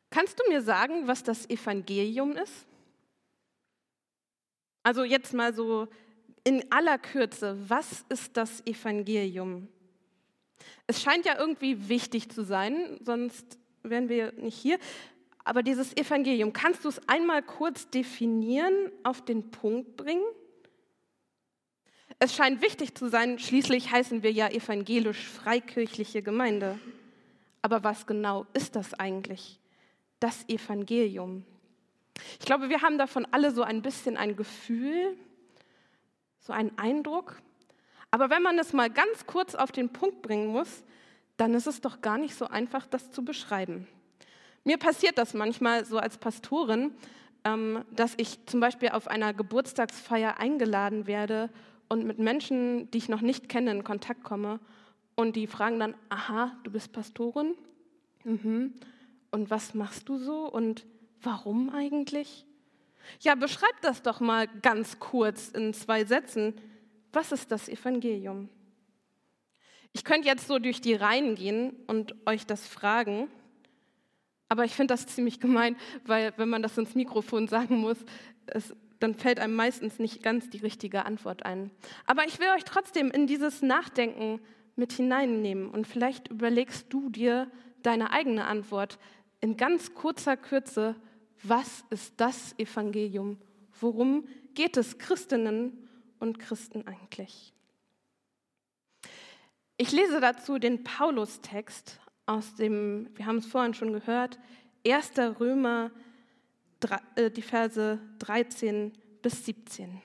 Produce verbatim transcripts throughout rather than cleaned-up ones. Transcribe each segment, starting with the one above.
Kannst du mir sagen, was das Evangelium ist? Also jetzt mal so in aller Kürze, was ist das Evangelium? Es scheint ja irgendwie wichtig zu sein, sonst wären wir nicht hier. Aber dieses Evangelium, kannst du es einmal kurz definieren, auf den Punkt bringen? Es scheint wichtig zu sein, schließlich heißen wir ja evangelisch-freikirchliche Gemeinde. Aber was genau ist das eigentlich, das Evangelium? Ich glaube, wir haben davon alle so ein bisschen ein Gefühl, so einen Eindruck. Aber wenn man es mal ganz kurz auf den Punkt bringen muss, dann ist es doch gar nicht so einfach, das zu beschreiben. Mir passiert das manchmal so als Pastorin, ähm, dass ich zum Beispiel auf einer Geburtstagsfeier eingeladen werde und mit Menschen, die ich noch nicht kenne, in Kontakt komme. Und die fragen dann, aha, du bist Pastorin? Mhm. Und was machst du so? Und warum eigentlich? Ja, beschreib das doch mal ganz kurz in zwei Sätzen. Was ist das Evangelium? Ich könnte jetzt so durch die Reihen gehen und euch das fragen, aber ich finde das ziemlich gemein, weil wenn man das ins Mikrofon sagen muss, es, dann fällt einem meistens nicht ganz die richtige Antwort ein. Aber ich will euch trotzdem in dieses Nachdenken mit hineinnehmen und vielleicht überlegst du dir deine eigene Antwort in ganz kurzer Kürze. Was ist das Evangelium? Worum geht es Christinnen und Christen eigentlich? Ich lese dazu den Paulus-Text aus dem, wir haben es vorhin schon gehört, erster Römer, die Verse dreizehn bis siebzehn.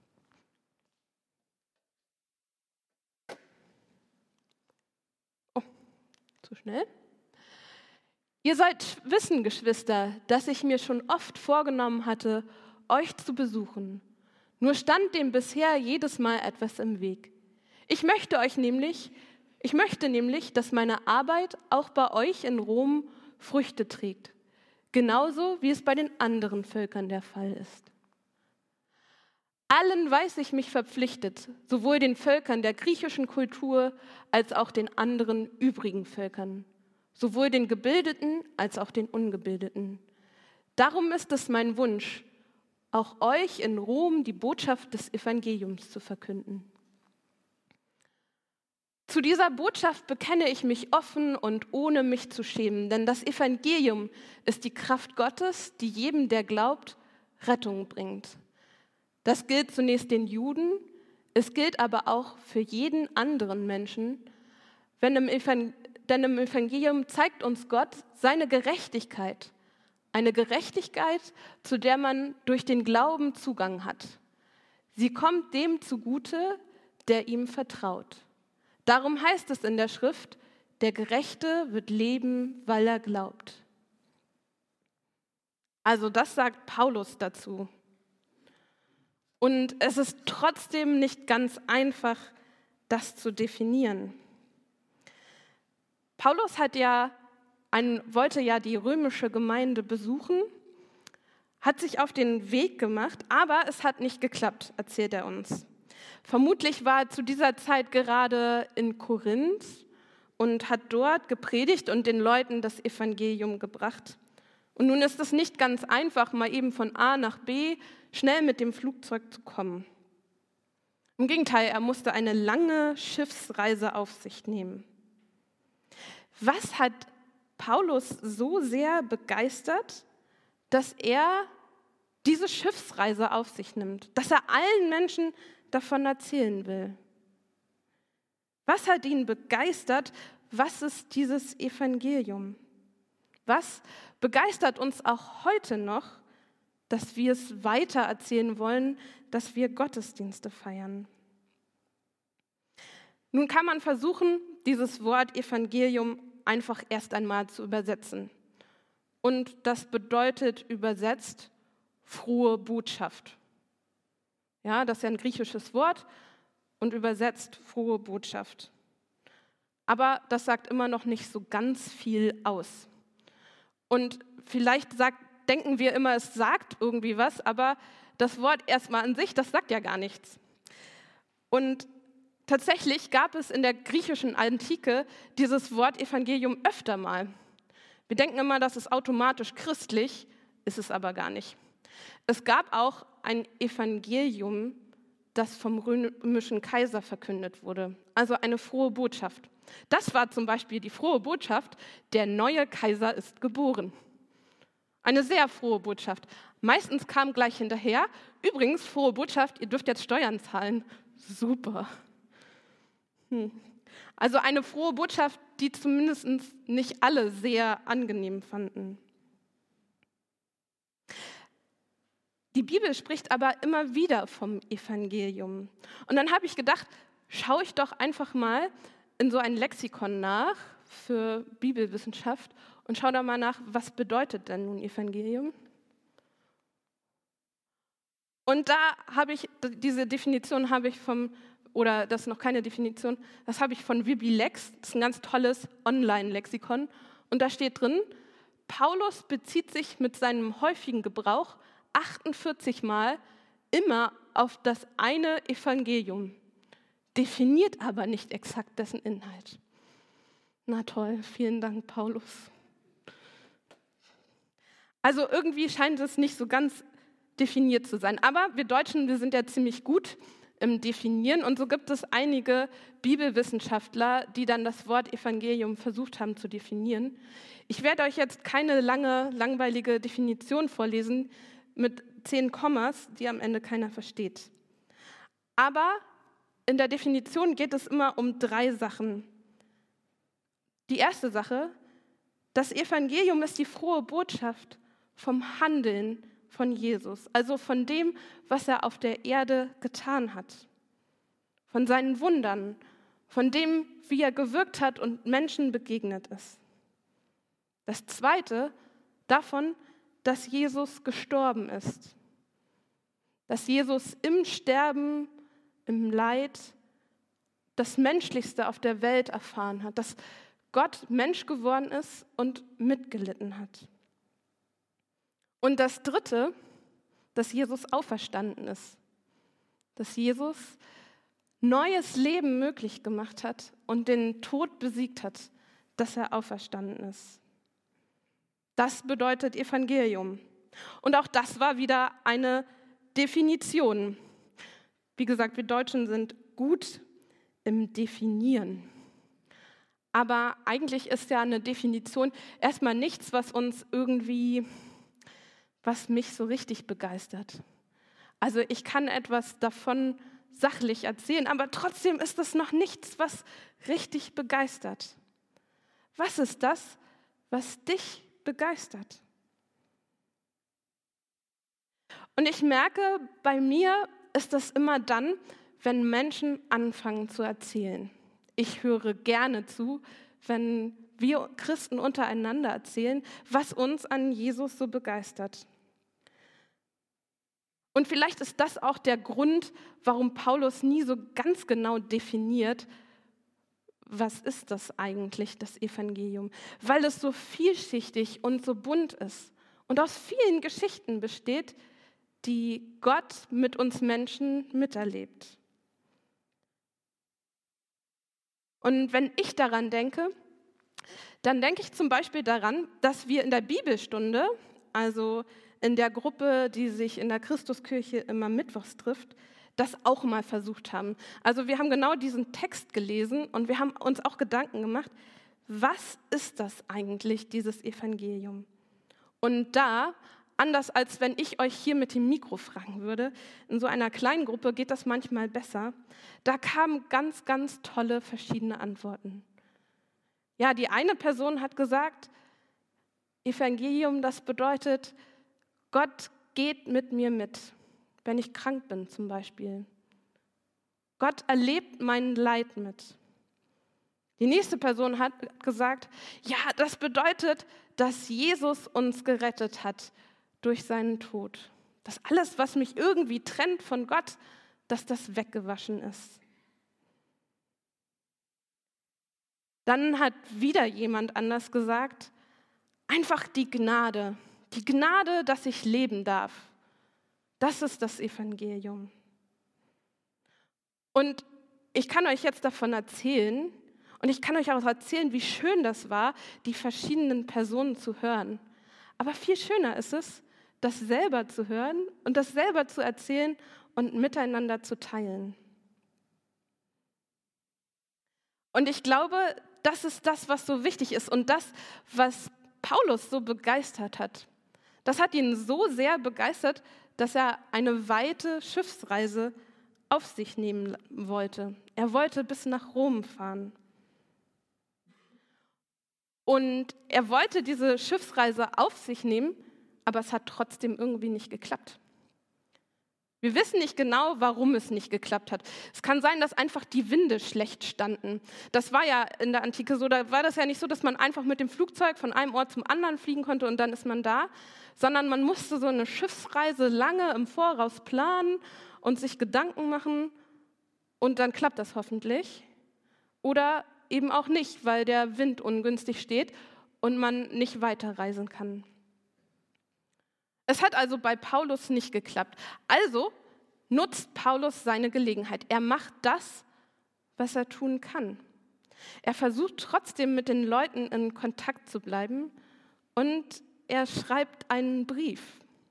Oh, zu schnell. Ihr sollt wissen, Geschwister, dass ich mir schon oft vorgenommen hatte, euch zu besuchen. Nur stand dem bisher jedes Mal etwas im Weg. Ich möchte euch nämlich, ich möchte nämlich, dass meine Arbeit auch bei euch in Rom Früchte trägt. Genauso wie es bei den anderen Völkern der Fall ist. Allen weiß ich mich verpflichtet, sowohl den Völkern der griechischen Kultur als auch den anderen übrigen Völkern. Sowohl den Gebildeten als auch den Ungebildeten. Darum ist es mein Wunsch, auch euch in Rom die Botschaft des Evangeliums zu verkünden. Zu dieser Botschaft bekenne ich mich offen und ohne mich zu schämen, denn das Evangelium ist die Kraft Gottes, die jedem, der glaubt, Rettung bringt. Das gilt zunächst den Juden, es gilt aber auch für jeden anderen Menschen, wenn im Evangelium Denn im Evangelium zeigt uns Gott seine Gerechtigkeit, eine Gerechtigkeit, zu der man durch den Glauben Zugang hat. Sie kommt dem zugute, der ihm vertraut. Darum heißt es in der Schrift, der Gerechte wird leben, weil er glaubt. Also das sagt Paulus dazu. Und es ist trotzdem nicht ganz einfach, das zu definieren. Paulus hat ja ein, wollte ja die römische Gemeinde besuchen, hat sich auf den Weg gemacht, aber es hat nicht geklappt, erzählt er uns. Vermutlich war er zu dieser Zeit gerade in Korinth und hat dort gepredigt und den Leuten das Evangelium gebracht. Und nun ist es nicht ganz einfach, mal eben von A nach B schnell mit dem Flugzeug zu kommen. Im Gegenteil, er musste eine lange Schiffsreise auf sich nehmen. Was hat Paulus so sehr begeistert, dass er diese Schiffsreise auf sich nimmt, dass er allen Menschen davon erzählen will? Was hat ihn begeistert? Was ist dieses Evangelium? Was begeistert uns auch heute noch, dass wir es weiter erzählen wollen, dass wir Gottesdienste feiern? Nun kann man versuchen, dieses Wort Evangelium einfach erst einmal zu übersetzen. Und das bedeutet übersetzt frohe Botschaft. Ja, das ist ja ein griechisches Wort und übersetzt frohe Botschaft. Aber das sagt immer noch nicht so ganz viel aus. Und vielleicht sagt, denken wir immer, es sagt irgendwie was, aber das Wort erstmal an sich, das sagt ja gar nichts. Und tatsächlich gab es in der griechischen Antike dieses Wort Evangelium öfter mal. Wir denken immer, das ist automatisch christlich, ist es aber gar nicht. Es gab auch ein Evangelium, das vom römischen Kaiser verkündet wurde, also eine frohe Botschaft. Das war zum Beispiel die frohe Botschaft, der neue Kaiser ist geboren. Eine sehr frohe Botschaft. Meistens kam gleich hinterher, übrigens, frohe Botschaft, ihr dürft jetzt Steuern zahlen. Super. Hm. Also eine frohe Botschaft, die zumindest nicht alle sehr angenehm fanden. Die Bibel spricht aber immer wieder vom Evangelium. Und dann habe ich gedacht, schaue ich doch einfach mal in so ein Lexikon nach für Bibelwissenschaft und schaue da mal nach, was bedeutet denn nun Evangelium? Und da habe ich, diese Definition habe ich vom, oder das ist noch keine Definition, das habe ich von Bibilex, das ist ein ganz tolles Online-Lexikon. Und da steht drin, Paulus bezieht sich mit seinem häufigen Gebrauch achtundvierzig Mal immer auf das eine Evangelium, definiert aber nicht exakt dessen Inhalt. Na toll, vielen Dank, Paulus. Also irgendwie scheint es nicht so ganz definiert zu sein. Aber wir Deutschen, wir sind ja ziemlich gut im Definieren und so gibt es einige Bibelwissenschaftler, die dann das Wort Evangelium versucht haben zu definieren. Ich werde euch jetzt keine lange, langweilige Definition vorlesen mit zehn Kommas, die am Ende keiner versteht. Aber in der Definition geht es immer um drei Sachen. Die erste Sache, das Evangelium ist die frohe Botschaft vom Handeln von Jesus, also von dem, was er auf der Erde getan hat, von seinen Wundern, von dem, wie er gewirkt hat und Menschen begegnet ist. Das zweite, davon, dass Jesus gestorben ist, dass Jesus im Sterben, im Leid das Menschlichste auf der Welt erfahren hat, dass Gott Mensch geworden ist und mitgelitten hat. Und das Dritte, dass Jesus auferstanden ist, dass Jesus neues Leben möglich gemacht hat und den Tod besiegt hat, dass er auferstanden ist. Das bedeutet Evangelium. Und auch das war wieder eine Definition. Wie gesagt, wir Deutschen sind gut im Definieren. Aber eigentlich ist ja eine Definition erstmal nichts, was uns irgendwie, was mich so richtig begeistert. Also ich kann etwas davon sachlich erzählen, aber trotzdem ist es noch nichts, was richtig begeistert. Was ist das, was dich begeistert? Und ich merke, bei mir ist das immer dann, wenn Menschen anfangen zu erzählen. Ich höre gerne zu, wenn wir Christen untereinander erzählen, was uns an Jesus so begeistert. Und vielleicht ist das auch der Grund, warum Paulus nie so ganz genau definiert, was ist das eigentlich, das Evangelium? Weil es so vielschichtig und so bunt ist und aus vielen Geschichten besteht, die Gott mit uns Menschen miterlebt. Und wenn ich daran denke, dann denke ich zum Beispiel daran, dass wir in der Bibelstunde, also in der Gruppe, die sich in der Christuskirche immer mittwochs trifft, das auch mal versucht haben. Also wir haben genau diesen Text gelesen und wir haben uns auch Gedanken gemacht, was ist das eigentlich, dieses Evangelium? Und da, anders als wenn ich euch hier mit dem Mikro fragen würde, in so einer kleinen Gruppe geht das manchmal besser, da kamen ganz, ganz tolle verschiedene Antworten. Ja, die eine Person hat gesagt, Evangelium, das bedeutet, Gott geht mit mir mit, wenn ich krank bin zum Beispiel. Gott erlebt mein Leid mit. Die nächste Person hat gesagt, ja, das bedeutet, dass Jesus uns gerettet hat durch seinen Tod. Dass alles, was mich irgendwie trennt von Gott, dass das weggewaschen ist. Dann hat wieder jemand anders gesagt, einfach die Gnade. Die Gnade, dass ich leben darf. Das ist das Evangelium. Und ich kann euch jetzt davon erzählen, Und ich kann euch auch erzählen, wie schön das war, die verschiedenen Personen zu hören. Aber viel schöner ist es, das selber zu hören und das selber zu erzählen und miteinander zu teilen. Und ich glaube, das ist das, was so wichtig ist und das, was Paulus so begeistert hat. Das hat ihn so sehr begeistert, dass er eine weite Schiffsreise auf sich nehmen wollte. Er wollte bis nach Rom fahren. Und er wollte diese Schiffsreise auf sich nehmen, aber es hat trotzdem irgendwie nicht geklappt. Wir wissen nicht genau, warum es nicht geklappt hat. Es kann sein, dass einfach die Winde schlecht standen. Das war ja in der Antike so, da war das ja nicht so, dass man einfach mit dem Flugzeug von einem Ort zum anderen fliegen konnte und dann ist man da, sondern man musste so eine Schiffsreise lange im Voraus planen und sich Gedanken machen und dann klappt das hoffentlich. Oder eben auch nicht, weil der Wind ungünstig steht und man nicht weiterreisen kann. Es hat also bei Paulus nicht geklappt. Also nutzt Paulus seine Gelegenheit. Er macht das, was er tun kann. Er versucht trotzdem mit den Leuten in Kontakt zu bleiben und er schreibt einen Brief.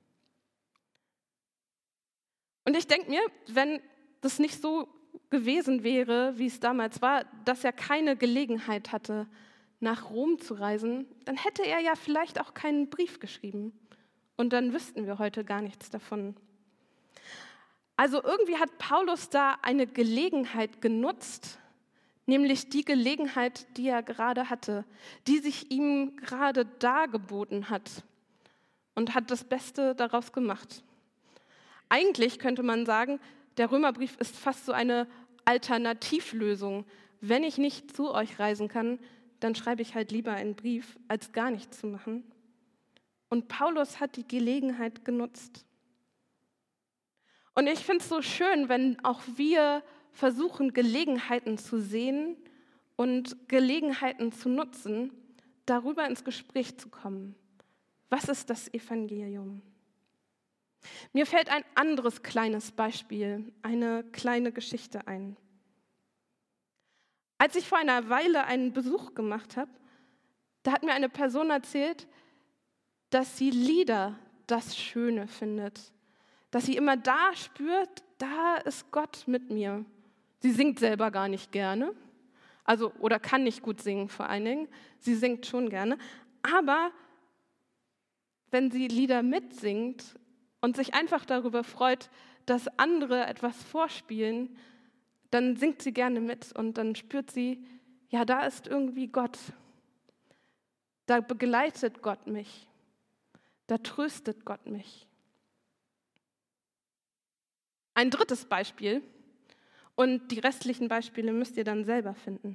Und ich denke mir, wenn das nicht so gewesen wäre, wie es damals war, dass er keine Gelegenheit hatte, nach Rom zu reisen, dann hätte er ja vielleicht auch keinen Brief geschrieben. Und dann wüssten wir heute gar nichts davon. Also irgendwie hat Paulus da eine Gelegenheit genutzt, nämlich die Gelegenheit, die er gerade hatte, die sich ihm gerade dargeboten hat und hat das Beste daraus gemacht. Eigentlich könnte man sagen, der Römerbrief ist fast so eine Alternativlösung. Wenn ich nicht zu euch reisen kann, dann schreibe ich halt lieber einen Brief, als gar nichts zu machen. Und Paulus hat die Gelegenheit genutzt. Und ich finde es so schön, wenn auch wir versuchen, Gelegenheiten zu sehen und Gelegenheiten zu nutzen, darüber ins Gespräch zu kommen. Was ist das Evangelium? Mir fällt ein anderes kleines Beispiel, eine kleine Geschichte ein. Als ich vor einer Weile einen Besuch gemacht habe, da hat mir eine Person erzählt, dass sie Lieder das Schöne findet, dass sie immer da spürt, da ist Gott mit mir. Sie singt selber gar nicht gerne, also oder kann nicht gut singen vor allen Dingen. Sie singt schon gerne, aber wenn sie Lieder mitsingt und sich einfach darüber freut, dass andere etwas vorspielen, dann singt sie gerne mit und dann spürt sie, ja, da ist irgendwie Gott. Da begleitet Gott mich. Da tröstet Gott mich. Ein drittes Beispiel, und die restlichen Beispiele müsst ihr dann selber finden.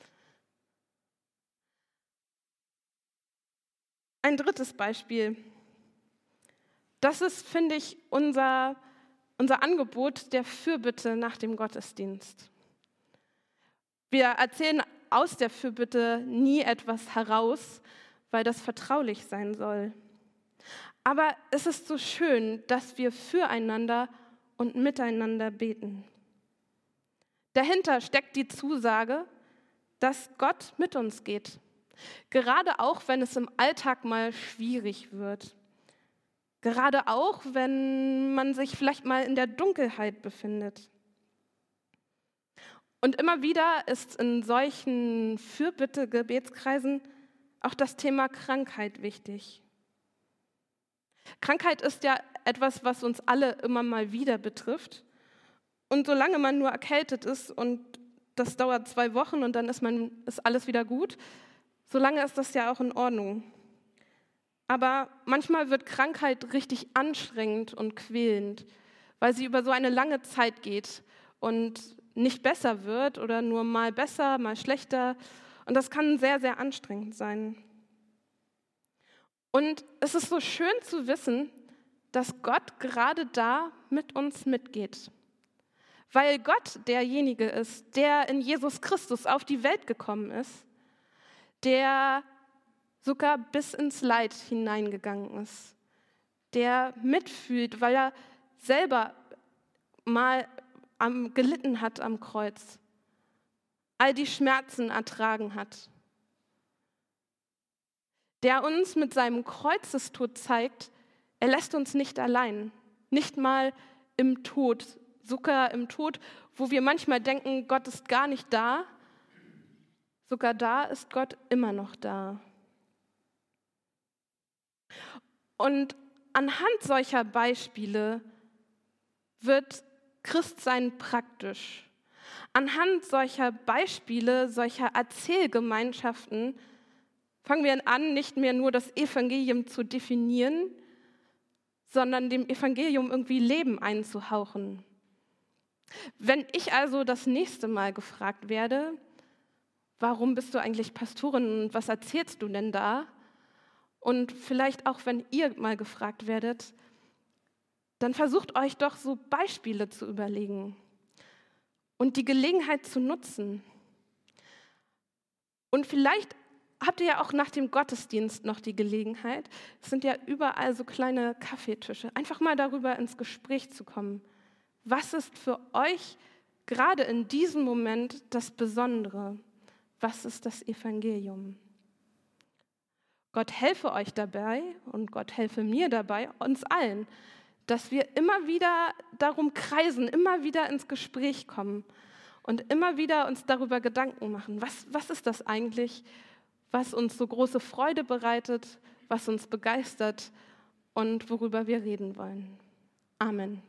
Ein drittes Beispiel, das ist, finde ich, unser, unser Angebot der Fürbitte nach dem Gottesdienst. Wir erzählen aus der Fürbitte nie etwas heraus, weil das vertraulich sein soll. Aber es ist so schön, dass wir füreinander und miteinander beten. Dahinter steckt die Zusage, dass Gott mit uns geht. Gerade auch, wenn es im Alltag mal schwierig wird. Gerade auch, wenn man sich vielleicht mal in der Dunkelheit befindet. Und immer wieder ist in solchen Fürbitte-Gebetskreisen auch das Thema Krankheit wichtig. Krankheit ist ja etwas, was uns alle immer mal wieder betrifft. Und solange man nur erkältet ist und das dauert zwei Wochen und dann ist, man, ist alles wieder gut, solange ist das ja auch in Ordnung. Aber manchmal wird Krankheit richtig anstrengend und quälend, weil sie über so eine lange Zeit geht und nicht besser wird oder nur mal besser, mal schlechter. Und das kann sehr, sehr anstrengend sein. Und es ist so schön zu wissen, dass Gott gerade da mit uns mitgeht. Weil Gott derjenige ist, der in Jesus Christus auf die Welt gekommen ist, der sogar bis ins Leid hineingegangen ist, der mitfühlt, weil er selber mal am, gelitten hat am Kreuz. all die Schmerzen ertragen hat, der uns mit seinem Kreuzestod zeigt, er lässt uns nicht allein, nicht mal im Tod, sogar im Tod, wo wir manchmal denken, Gott ist gar nicht da, sogar da ist Gott immer noch da. Und anhand solcher Beispiele wird Christsein praktisch. Anhand solcher Beispiele, solcher Erzählgemeinschaften fangen wir an, nicht mehr nur das Evangelium zu definieren, sondern dem Evangelium irgendwie Leben einzuhauchen. Wenn ich also das nächste Mal gefragt werde, warum bist du eigentlich Pastorin und was erzählst du denn da? Und vielleicht auch, wenn ihr mal gefragt werdet, dann versucht euch doch so Beispiele zu überlegen und die Gelegenheit zu nutzen. Und vielleicht habt ihr ja auch nach dem Gottesdienst noch die Gelegenheit, es sind ja überall so kleine Kaffeetische, einfach mal darüber ins Gespräch zu kommen. Was ist für euch gerade in diesem Moment das Besondere? Was ist das Evangelium? Gott helfe euch dabei und Gott helfe mir dabei, uns allen, dass wir immer wieder darum kreisen, immer wieder ins Gespräch kommen und immer wieder uns darüber Gedanken machen, was, was ist das eigentlich, was uns so große Freude bereitet, was uns begeistert und worüber wir reden wollen. Amen.